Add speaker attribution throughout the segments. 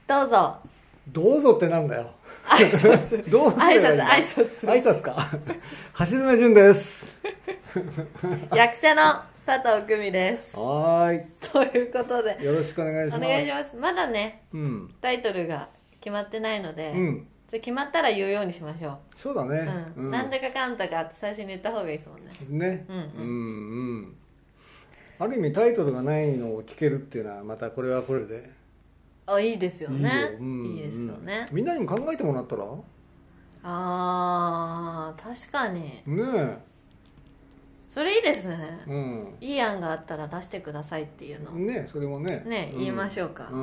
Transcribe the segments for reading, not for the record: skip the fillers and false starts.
Speaker 1: どうぞ。
Speaker 2: どうぞってなんだよ。
Speaker 1: 挨拶。
Speaker 2: どうすればいいんだ。挨拶か。橋爪淳です。
Speaker 1: 役者の佐藤久美です。
Speaker 2: はーい。
Speaker 1: ということで。
Speaker 2: よろしくお願いします。
Speaker 1: お願いします。まだね、
Speaker 2: うん。
Speaker 1: タイトルが決まってないので、
Speaker 2: うん。
Speaker 1: 決まったら言うようにしましょう。
Speaker 2: そうだね。
Speaker 1: なんだかかんだかって最初に言った方がいいですもんね。
Speaker 2: ね。ある意味タイトルがないのを聞けるっていうのはまたこれはこれで
Speaker 1: あ、いいですよね。
Speaker 2: いい
Speaker 1: ですよね。
Speaker 2: みんなにも考えてもらったら。
Speaker 1: 確かに
Speaker 2: ねえ。
Speaker 1: それいいですね。いい案があったら出してくださいっていうの
Speaker 2: ね、それもね
Speaker 1: 言いましょうか。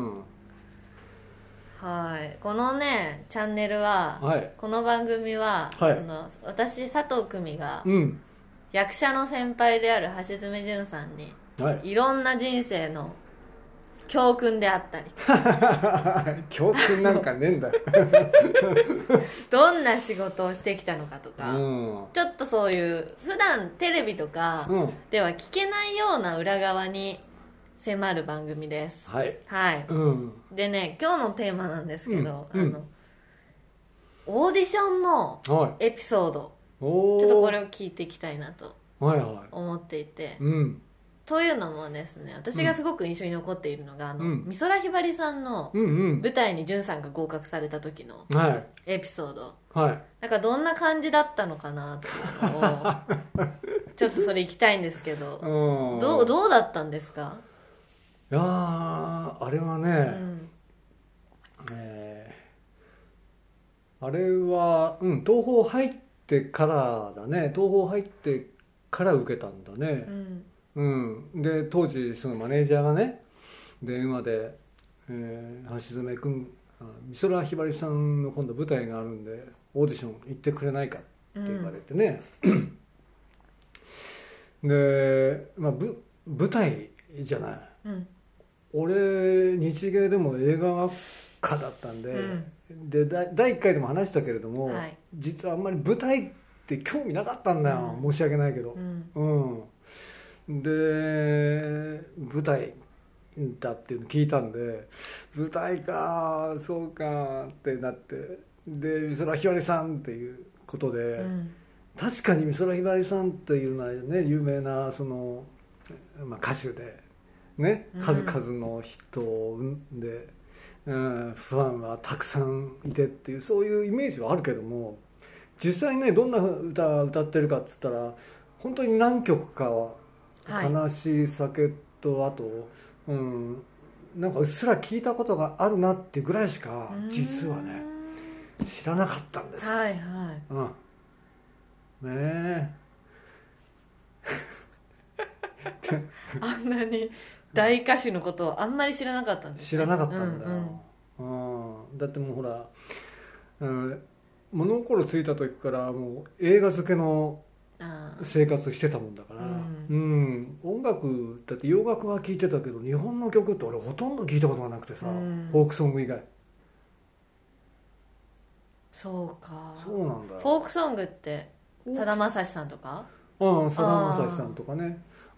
Speaker 1: はい。このねチャンネルは、この番組は、私佐藤久美が、役者の先輩である橋爪淳さんに、いろんな人生の教訓であったり
Speaker 2: 教訓なんかねえんだよ
Speaker 1: どんな仕事をしてきたのかとか、ちょっとそういう普段テレビとかでは聞けないような裏側に迫る番組です。はい、でね、今日のテーマなんですけど、オーディションのエピソード、ちょっとこれを聞いていきたいなと思っていて、というのもですね、私がすごく印象に残っているのが、美空ひばりさんの舞台に淳さんが合格された時のエピソード、なんかどんな感じだったのかなっていうのをちょっとそれ行きたいんですけどどうだったんですか？
Speaker 2: いやあれはね、あれは、東宝入ってからだね。東宝入ってから受けたんだね。で当時そのマネージャーがね電話で、橋爪君、美空ひばりさんの今度舞台があるんでオーディション行ってくれないかって言われてね、で、舞台じゃない、俺日芸でも映画学科だったんで、で第1回でも話したけれども、実はあんまり舞台って興味なかったんだよ、申し訳ないけど。で舞台だっていうの聞いたんで、舞台かそうかってなって、で美空ひばりさんっていうことで、確かに美空ひばりさんというのはね有名なその、歌手でね、数々のヒットを生んで、ファンはたくさんいてっていうそういうイメージはあるけども、実際ねどんな歌を歌ってるかっつったら本当に何曲かは悲しい酒と、あと、なんかうっすら聞いたことがあるなっていうぐらいしか実はね知らなかったんです。ねえ
Speaker 1: あんなに大歌手のことをあんまり知らなかったんですね。
Speaker 2: 知らなかったんだよ、だってもうほら、物心ついた時からもう映画漬けの生活してたもんだから、音楽だって洋楽は聴いてたけど日本の曲って俺ほとんど聞いたことがなくてさ、フォークソング以外。
Speaker 1: そうか。
Speaker 2: そうなんだよ。
Speaker 1: フォークソングってさだまさしさんとか、
Speaker 2: さだまさしさんとかね、あ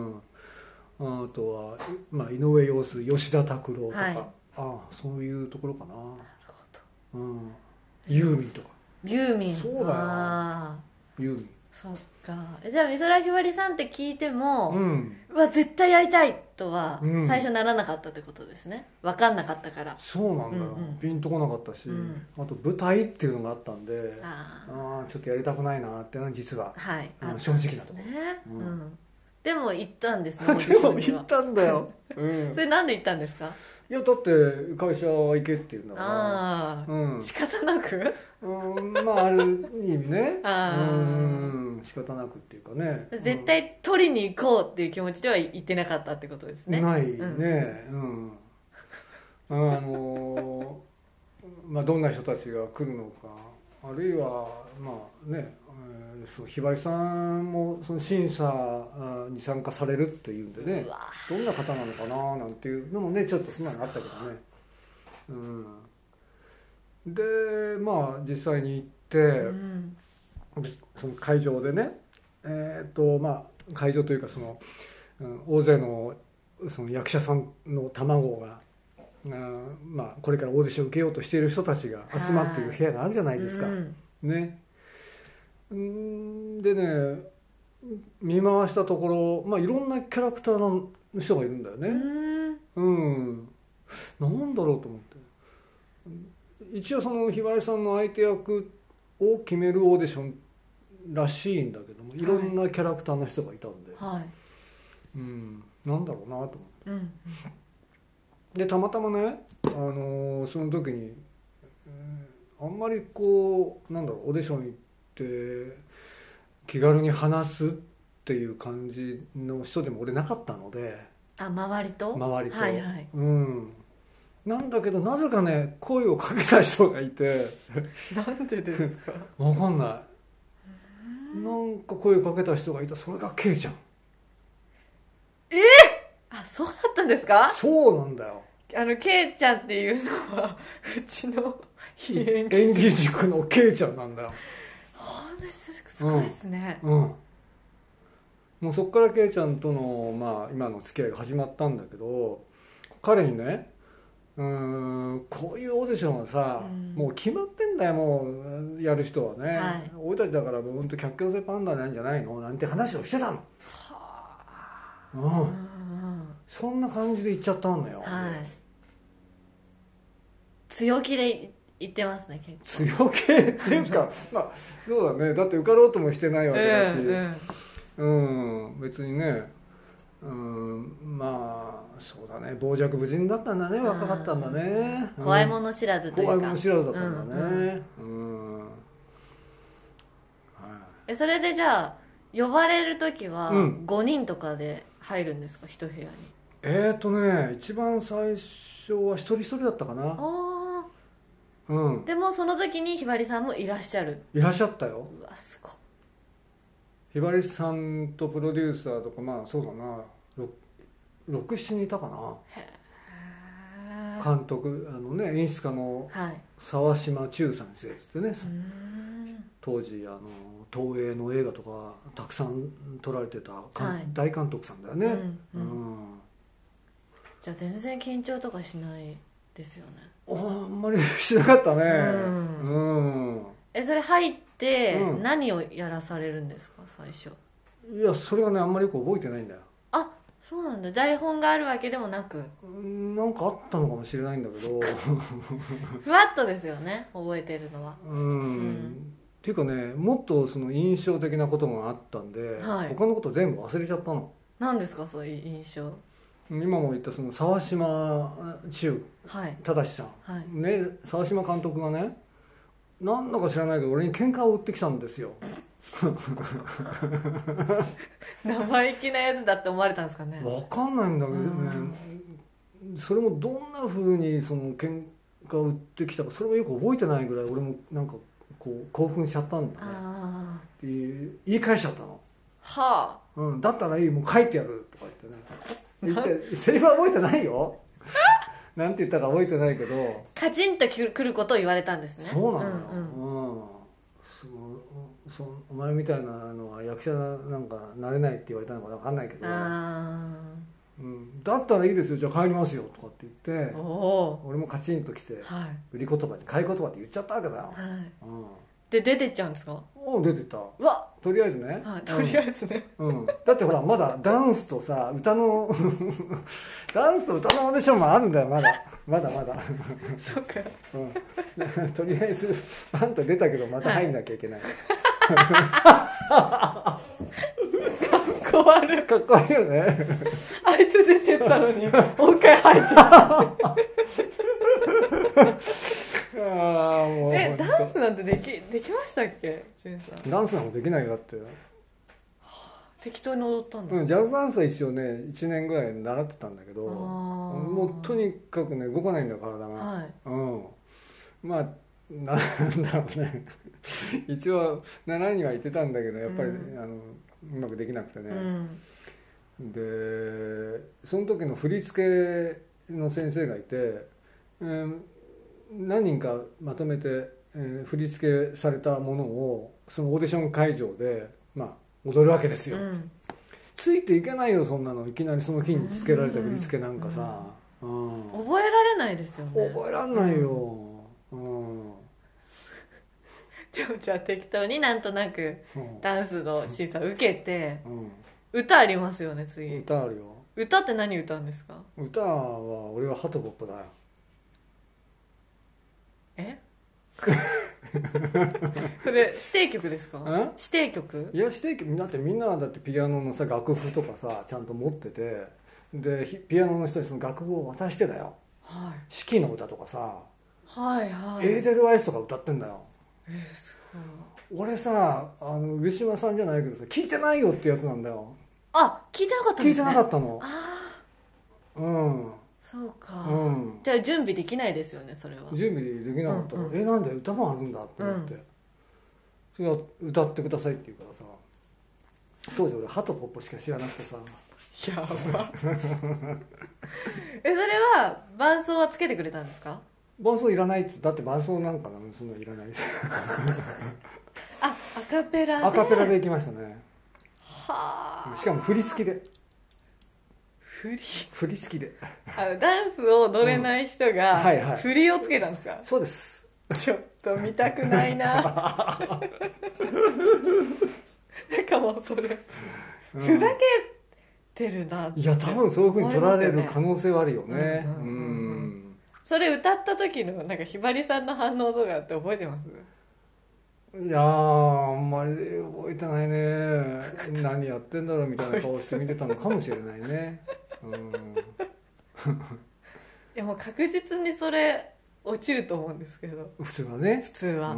Speaker 2: とは、井上陽水、吉田拓郎とか、そういうところかな。なるほど。ユーミンとか。
Speaker 1: ユーミン。
Speaker 2: そうだよ。ユーミン。
Speaker 1: そっか。じゃあ美空ひばりさんって聞いても、うわ絶対やりたいとは最初ならなかったってことですね。分かんなかったから。
Speaker 2: そうなんだよ、ピンとこなかったし、あと舞台っていうのがあったんで、ちょっとやりたくないなっていうのは実は、正直なところ。
Speaker 1: でも行ったんですね。
Speaker 2: でも行ったんだよ
Speaker 1: それなんで行ったんですか？
Speaker 2: いやだって会社行けっていうんだから、
Speaker 1: 仕方なく
Speaker 2: ある意味ね、仕方なくっていうかね、
Speaker 1: 絶対取りに行こうっていう気持ちでは行ってなかったってことですね。
Speaker 2: ないね。どんな人たちが来るのか、あるいはひばりさんもその審査に参加されるっていうんでね、どんな方なのかななんていうのもねちょっとそんなのあったけどね。で実際に行って、その会場でね、会場というかその、大勢のその役者さんの卵がまあ、これからオーディション受けようとしている人たちが集まっている部屋があるじゃないですか、ね。でね、見回したところ、まあ、いろんなキャラクターの人がいるんだよね。なんだろうと思って、一応そのひばりさんの相手役を決めるオーディションらしいんだけども、いろんなキャラクターの人がいたんで、なんだろうなと思って、でたまたまね、その時に、あんまりこうなんだろう、オーディション行って気軽に話すっていう感じの人でも俺なかったので、
Speaker 1: 周りと、
Speaker 2: はいはい、なんだけど、なぜかね声をかけた人がいて
Speaker 1: なんでですか
Speaker 2: わかんない、なんか声をかけた人がいた。それがケイちゃん。
Speaker 1: そうだったんですか。
Speaker 2: そうなんだよ。
Speaker 1: ケイちゃんっていうのはうちの
Speaker 2: 演技塾のケイちゃんなんだよ。
Speaker 1: すごいですね。
Speaker 2: もうそっからケイちゃんとの、まあ、今の付き合いが始まったんだけど、彼にね、こういうオーディションはさ、もう決まってんだよ、もうやる人はね、俺たちだからもう本当客寄せパンダなんじゃないのなんて話をしてたの。そんな感じで言っちゃったんだよ。
Speaker 1: 強気で言ってますね、結
Speaker 2: 構。強気っていうかまあそうだね、だって受かろうともしてないわけだし、別にね、まあそうだね、傍若無人だったんだね、若かったんだね、
Speaker 1: 怖いもの知らずというか、
Speaker 2: 怖いもの知らずだったんだね。
Speaker 1: それでじゃあ呼ばれる時は5人とかで入るんですか、一部屋に。
Speaker 2: 一番最初は一人一人だったかな。
Speaker 1: でもその時にひばりさんもいらっしゃる。
Speaker 2: いらっしゃったよ。
Speaker 1: うわ、すごい。
Speaker 2: ひばりさんとプロデューサーとか、まあそうだな、67人いたかな。監督、演出家の沢島忠先生ってね、当時東映の映画とかたくさん撮られてた、大監督さんだよね。
Speaker 1: じゃあ全然緊張とかしないですよね。
Speaker 2: あんまりしなかったね。
Speaker 1: それ入って何をやらされるんですか、最初。
Speaker 2: いや、それがねあんまりよく覚えてないんだよ。
Speaker 1: そうなんだ。台本があるわけでもなく、
Speaker 2: なんかあったのかもしれないんだけど
Speaker 1: ふわっとですよね、覚えてるのは。
Speaker 2: っていうかね、もっとその印象的なことがあったんで、他のこと全部忘れちゃったの。
Speaker 1: 何ですか、そういう印象。
Speaker 2: 今も言ったその沢島忠忠さん、ね、沢島監督がね、なんだか知らないけど俺に喧嘩を売ってきたんですよ
Speaker 1: 生意気なやつだって思われたんですかね。
Speaker 2: 分かんないんだけどね、それもどんな風にその喧嘩を売ってきたか、それもよく覚えてないぐらい俺もなんかこう興奮しちゃったんだね。言い返しちゃったの。だったらいい、もう書いてやるとか言ってねセリフは覚えてないよなんて言ったか覚えてないけど、
Speaker 1: カチンとくることを言われたんですね。
Speaker 2: そうなのよ。お前みたいなのは役者なんかなれないって言われたのか分かんないけど、だったらいいですよ、じゃあ帰りますよとかって言って、俺もカチンときて、売り言葉に買い言葉って言っちゃったわけだよ。で
Speaker 1: 出てっちゃうんですか。
Speaker 2: 出てった。とりあえずね、
Speaker 1: とりあえずね、
Speaker 2: だってほらまだダンスとさ歌のダンスと歌のオーディションもあるんだよ、まだ
Speaker 1: そうか、
Speaker 2: とりあえずバンと出たけどまた入んなきゃいけない、
Speaker 1: かっこ悪い。
Speaker 2: かっこ悪いよね
Speaker 1: あいつ出てったのにもう一回入ってたダンスなんてできましたっけ、ジュンさん。
Speaker 2: ダンスなんかできないよ、だって
Speaker 1: 適当に踊ったんですか。
Speaker 2: ジャズダンスは一応ね1年ぐらい習ってたんだけど、もうとにかくね動かないんだよ、体が。まあなんだろうね一応習いには行ってたんだけど、やっぱり、うまくできなくてね、でその時の振り付けの先生がいて、何人かまとめて、振り付けされたものをそのオーディション会場で、踊るわけですよ。ついていけないよ、そんなの。いきなりその日につけられた振り付けなんかさ、
Speaker 1: 覚えられないですよね。
Speaker 2: 覚えらんないよ、
Speaker 1: でもじゃあ適当になんとなくダンスの審査受けて、歌ありますよね次。
Speaker 2: 歌あるよ。
Speaker 1: 歌って何歌うんですか？
Speaker 2: 歌は俺はハトポップだよ。
Speaker 1: それ指定曲ですか？指定曲？
Speaker 2: いや指定曲だってみんなだってピアノのさ楽譜とかさちゃんと持ってて、でピアノの人にその楽譜を渡してだよ、四季の歌とかさ、エーデルワイスとか歌ってんだよ。俺さ上島さんじゃないけどさ聞いてないよってやつなんだよ。
Speaker 1: 聞いてなかったんですね。
Speaker 2: 聞いてなかったの。
Speaker 1: そうか、じゃあ準備できないですよねそれは。
Speaker 2: 準備できなかったら、なんで歌もあるんだって思って、それは歌ってくださいって言うからさ、当時俺ハトポップしか知らなくてさ。
Speaker 1: やばそれは伴奏はつけてくれたんですか？
Speaker 2: 伴奏いらないって。だって伴奏なんかそんなのいらないです
Speaker 1: アカペラで。
Speaker 2: アカペラで行きましたね。しかも振り付きで。振り付きで
Speaker 1: ダンスを踊れない人が振りをつけたんですか？
Speaker 2: そうです。
Speaker 1: ちょっと見たくないななんかもうそれふざけてるなって。
Speaker 2: いや多分そういう風に取られる可能性はあるよね。
Speaker 1: それ歌った時のなんかひばりさんの反応とかって覚えてます？
Speaker 2: いやあんまり覚えてないね。何やってんだろうみたいな顔して見てたのかもしれないね。
Speaker 1: いやもう確実にそれ落ちると思うんですけど、
Speaker 2: 普通はね。
Speaker 1: 普通は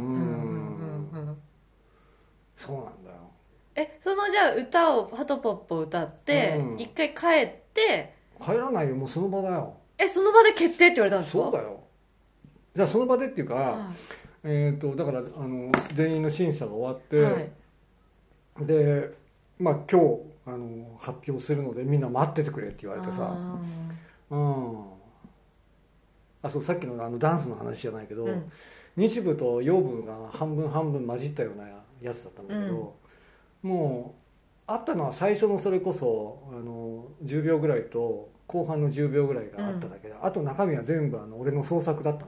Speaker 2: そうなんだよ。
Speaker 1: そのじゃあ歌をハトポップを歌って一回帰って
Speaker 2: 帰らないよ、もうその場だよ。
Speaker 1: その場で決定って言われたんですか？
Speaker 2: そうだよ。じゃあその場でっていうか、だから全員の審査が終わって、でまあ今日発表するのでみんな待っててくれって言われてさ、そうさっきのダンスの話じゃないけど、日舞と洋舞が半分半分混じったようなやつだったんだけど、もうあったのは最初のそれこそ10秒ぐらいと後半の10秒ぐらいがあっただけで、あと中身は全部俺の創作だったの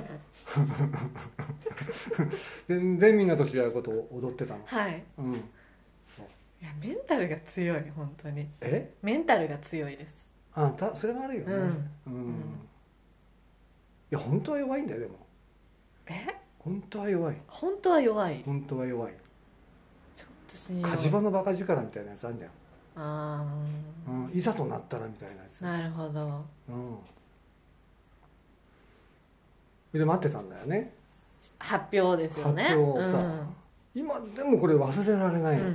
Speaker 2: 全然みんなと違うことを踊ってたの。
Speaker 1: いやメンタルが強い本当に。メンタルが強いです。
Speaker 2: それもあるよね。いや本当は弱いんだよ。でも本当は弱い。
Speaker 1: 本当は弱い。
Speaker 2: 本当は弱い。
Speaker 1: ちょっと信用。
Speaker 2: 火事場のバカ力みたいなやつあるじゃん。いざとなったらみたいなやつ。
Speaker 1: なるほど。
Speaker 2: で待ってたんだよね。
Speaker 1: 発表ですよね。
Speaker 2: 発表をさ、今でもこれ忘れられない。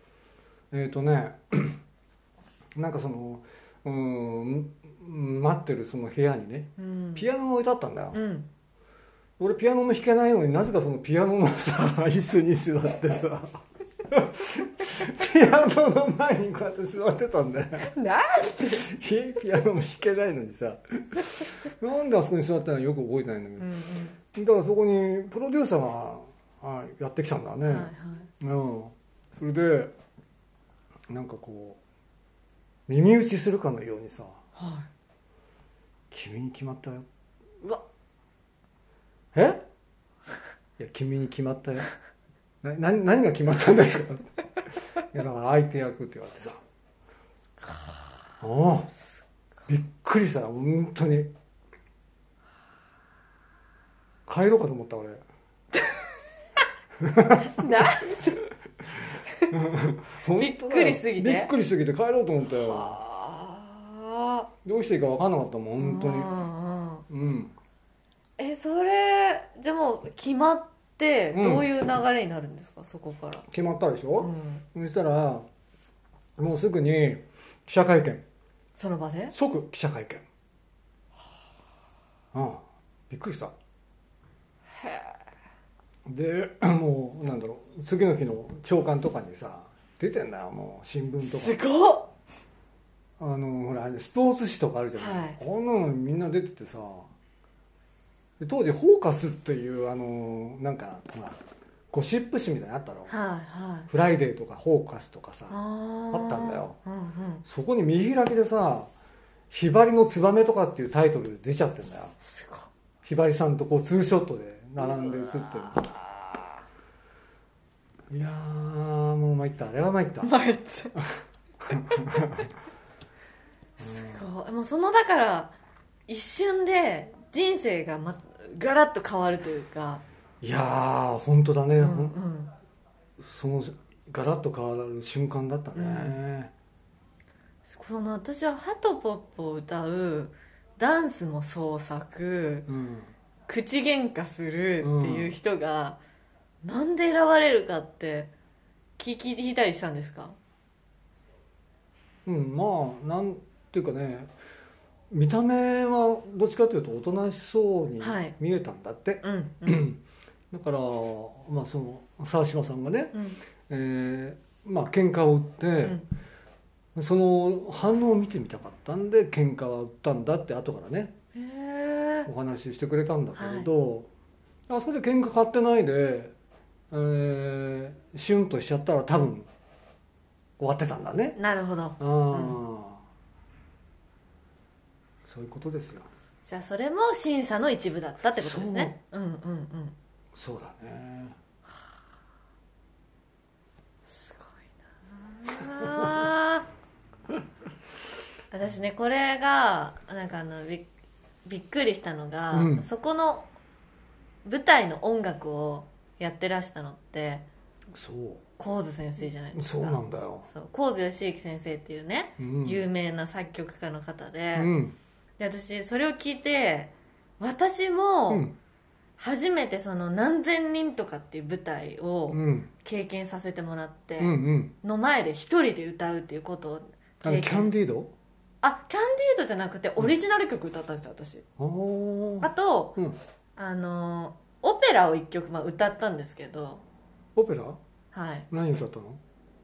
Speaker 2: なんかその待ってるその部屋にね、ピアノが置いてあったんだよ。俺ピアノも弾けないのになぜかそのピアノのさ椅子に座ってさピアノの前にこうやって座ってたんだよ。
Speaker 1: なんで
Speaker 2: ピアノも弾けないのにさなんであそこに座ったのよく覚えてないんだけど、だからそこにプロデューサーがやってきたんだね。それでなんかこう耳打ちするかのようにさ、君に決まったよ。
Speaker 1: うわ
Speaker 2: いや君に決まったよ。何が決まったんですかいやだから相手役って言われてさ、びっくりした本当に。帰ろうかと思った俺
Speaker 1: びっくりすぎて
Speaker 2: びっくりすぎて帰ろうと思ったよ。どうしていいか分かんなかったもん本当に。
Speaker 1: それでも決まってどういう流れになるんですか、そこから。
Speaker 2: 決まったでしょ、そしたらもうすぐに記者会見。
Speaker 1: その場で
Speaker 2: 即記者会見。びっくりした。でもうなんだろう、次の日の朝刊とかにさ出てんだよ、もう新聞とか。
Speaker 1: すごっ。
Speaker 2: ほらスポーツ紙とかあるじゃない、あんなのみんな出ててさ、当時フォーカスっていうなんかほらゴシップ誌みたいなのあったろ、フライデーとかフォーカスとかさ あったんだよ。そこに見開きでさ、 ひばりのツバメとかっていうタイトルで出ちゃってるんだよ。
Speaker 1: すごい。
Speaker 2: ひばりさんとこうツーショットで並んで写ってる。いやー、もう参った。あれは参った。
Speaker 1: 参った。すごい。もうそのだから一瞬で人生がガラッと変わるというか。
Speaker 2: いやー、本当だね。
Speaker 1: うんうん、
Speaker 2: そのガラッと変わる瞬間だったね。
Speaker 1: この私はハトポップを歌う、ダンスも創作、口喧嘩するっていう人が、なんで選ばれるかって聞いたりしたんですか？
Speaker 2: まあなんていうかね、見た目はどっちかというとおとなしそうに見えたんだって、だからまあその沢島さんがね、まあ喧嘩を売って、その反応を見てみたかったんで喧嘩は売ったんだって後からねお話ししてくれたんだけれど、それで喧嘩買ってないで、シュンとしちゃったら多分終わってたんだね。
Speaker 1: なるほど。
Speaker 2: そういうことですよ。
Speaker 1: じゃあそれも審査の一部だったってことですね。
Speaker 2: そうだね。
Speaker 1: すごいな私ね、これがなんかびっくりしたのが、そこの舞台の音楽をやってらしたのって神津先生じゃないですか。
Speaker 2: そうなんだよ。
Speaker 1: 神津義行先生っていうね、有名な作曲家の方で、で私それを聞いて、私も初めてその何千人とかっていう舞台を経験させてもらって、の前で一人で歌うっていうことを経験。
Speaker 2: キャンディード？
Speaker 1: キャンディードじゃなくてオリジナル曲歌ったんですよ、私。あと、オペラを一曲歌ったんですけど。
Speaker 2: オペラ？
Speaker 1: はい。
Speaker 2: 何歌ったの？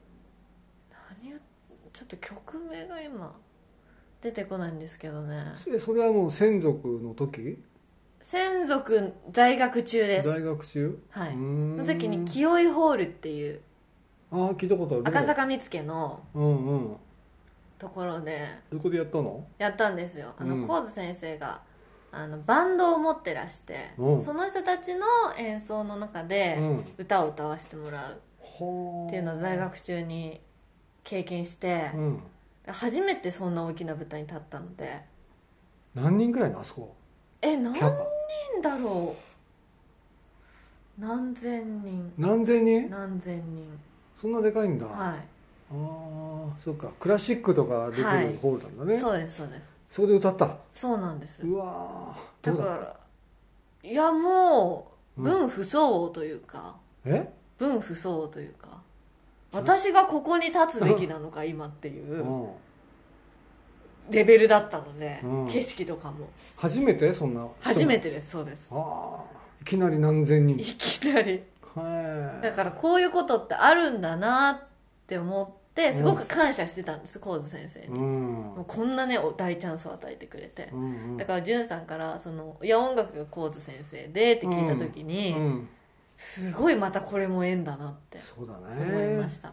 Speaker 1: ちょっと曲名が今出てこないんですけどね。
Speaker 2: それはもう専属の時？
Speaker 1: 専属在学中です。
Speaker 2: 在学中？
Speaker 1: はい。の時に清居ホールっていう、
Speaker 2: 聞いたことある。
Speaker 1: 赤坂見附のところで。
Speaker 2: どこでやったの？
Speaker 1: やったんですよ。神津先生がバンドを持ってらして、その人たちの演奏の中で歌を歌わせてもらうっていうのを在学中に経験して、初めてそんな大きな舞台に立ったので。
Speaker 2: 何人くらいのあそこ？
Speaker 1: 何人だろう。何千人。
Speaker 2: 何千人？
Speaker 1: 何千人。
Speaker 2: そんなでかいんだ。
Speaker 1: はい。
Speaker 2: そっか、クラシックとかできるホールなんだね。
Speaker 1: そうですそうです。
Speaker 2: そこで歌った。
Speaker 1: そうなんです。
Speaker 2: うわ
Speaker 1: だからいやもう分不相応というか、分不相応というか、私がここに立つべきなのか今っていうレベルだったので、景色とかも
Speaker 2: 初めて？そんな
Speaker 1: 初めてです。そうです。
Speaker 2: いきなり何千人。
Speaker 1: いきなり。だからこういうことってあるんだなって思ってすごく感謝してたんです、神津先生に。もうこんなね大チャンスを与えてくれて、だから潤さんからいや音楽が神津先生でって聞いた時に、すごいまたこれも縁だなって思いました。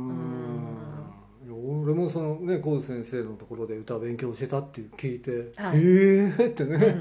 Speaker 2: 俺もそのね神津先生のところで歌勉強してたって聞いて、ってね。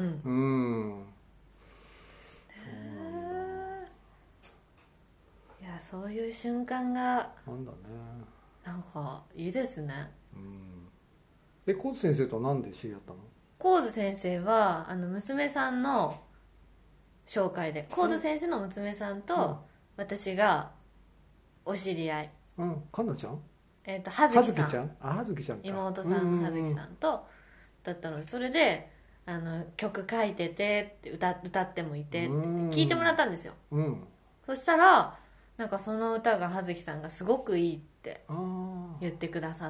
Speaker 1: そういう瞬間が
Speaker 2: なんだね。
Speaker 1: なんかいいですね。
Speaker 2: 神津先生とは何で知り合ったの？
Speaker 1: 神津先生は娘さんの紹介で、神津先生の娘さんと私がお知り合い。
Speaker 2: かなちゃん？
Speaker 1: 葉月ちゃん。
Speaker 2: 葉月ちゃんか。
Speaker 1: 妹さんの葉月さんとだったので、それで曲書いててって歌ってもいてって聞いてもらったんですよ。そしたらなんかその歌が葉月さんがすごくいいって言ってくださって、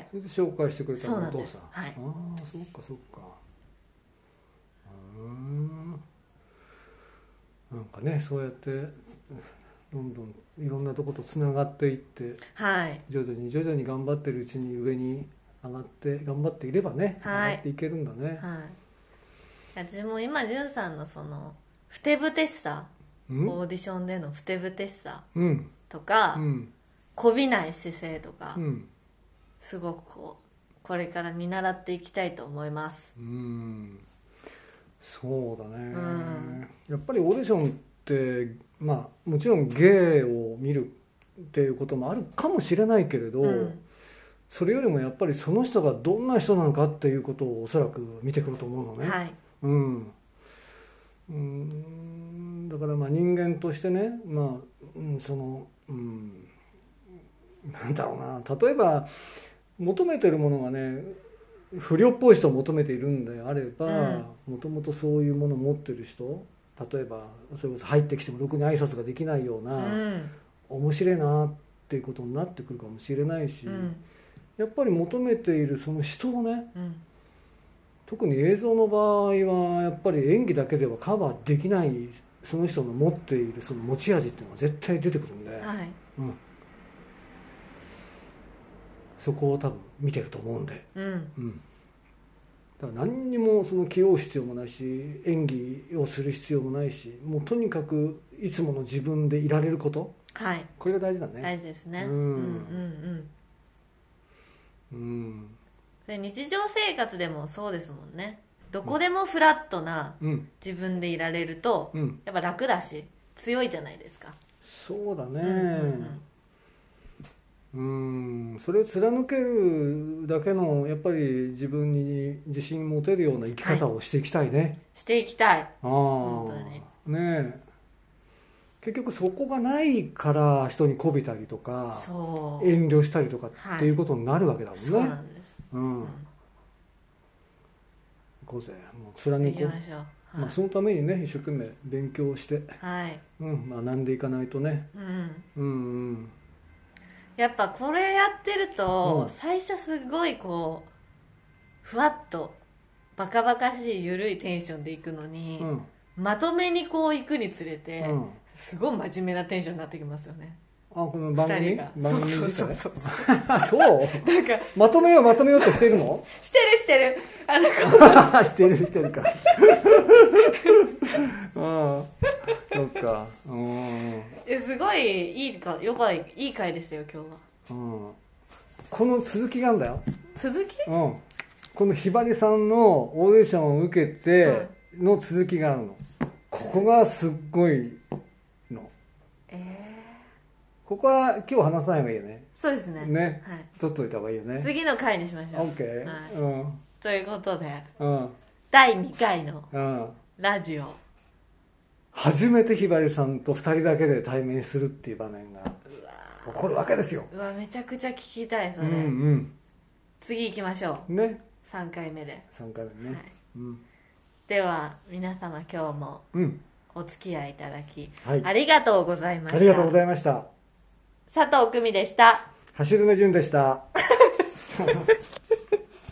Speaker 2: それで紹介してくれたの。お父さん。
Speaker 1: はい。
Speaker 2: そっかそっか。なんかね、そうやってどんどんいろんなとことつながっていって、徐々に頑張ってるうちに上に上がって頑張っていればね、上がっていけるんだね。
Speaker 1: 私も今潤さんのそのふてぶてしさ、オーディションでのふてぶてしさとか、こびない姿勢とか、すごくこれから見習っていきたいと思います。
Speaker 2: そうだね、やっぱりオーディションって、もちろん芸を見るっていうこともあるかもしれないけれど、それよりもやっぱりその人がどんな人なのかっていうことをおそらく見てくると思うのね。
Speaker 1: はい、
Speaker 2: だから人間としてね、なんだろうな、例えば求めてるものがね、不良っぽい人を求めているんであれば、もともとそういうものを持ってる人、例えばそれこそ入ってきてもろくに挨拶ができないような、面白いなっていうことになってくるかもしれないし、やっぱり求めているその人をね、特に映像の場合はやっぱり演技だけではカバーできないその人の持っているその持ち味っていうのが絶対出てくるんで、そこを多分見てると思うんで、だから何にもその気負う必要もないし、演技をする必要もないし、もうとにかくいつもの自分でいられること、これが大事だね。
Speaker 1: 大事ですね。それ日常生活でもそうですもんね。どこでもフラットな自分でいられると、やっぱ楽だし強いじゃないですか。
Speaker 2: そうだね。それを貫けるだけのやっぱり自分に自信持てるような生き方をしていきたいね。
Speaker 1: していきたい。本当に
Speaker 2: ね。結局そこがないから人に媚びたりとか遠慮したりとかっていうことになるわけだもんね。
Speaker 1: そうなんです。
Speaker 2: 行こうぜ、もう貫こう。そのためにね、一生懸命勉強して、学んでいかないとね。
Speaker 1: やっぱこれやってると、最初すごいこうふわっとバカバカしい緩いテンションでいくのに、まとめにこう行くにつれて、すごい真面目なテンションになってきますよね。
Speaker 2: この番組
Speaker 1: が
Speaker 2: そうなんかまとめようとしてるの？
Speaker 1: してる
Speaker 2: してるかそっか。
Speaker 1: すごいいい回ですよ今日は。
Speaker 2: この続きがあるんだよ。
Speaker 1: 続き？
Speaker 2: このひばりさんのオーディションを受けての続きがあるの。ここがすっごいの。ここは今日話さない方がいいよね。
Speaker 1: そうですね。
Speaker 2: ね、取っといた方がいいよね。
Speaker 1: 次の回にしましょう。
Speaker 2: OK。
Speaker 1: ということで、第2回のラジオ、
Speaker 2: 初めてひばりさんと2人だけで対面するっていう場面が起こるわけですよ。
Speaker 1: めちゃくちゃ聞きたいそれ。次行きましょうね。3回目で。
Speaker 2: 3回目ね。
Speaker 1: では皆様今日もお付き合いいただき、ありがとうございました。
Speaker 2: ありがとうございました。
Speaker 1: 佐藤久美でした。
Speaker 2: 橋爪淳でした。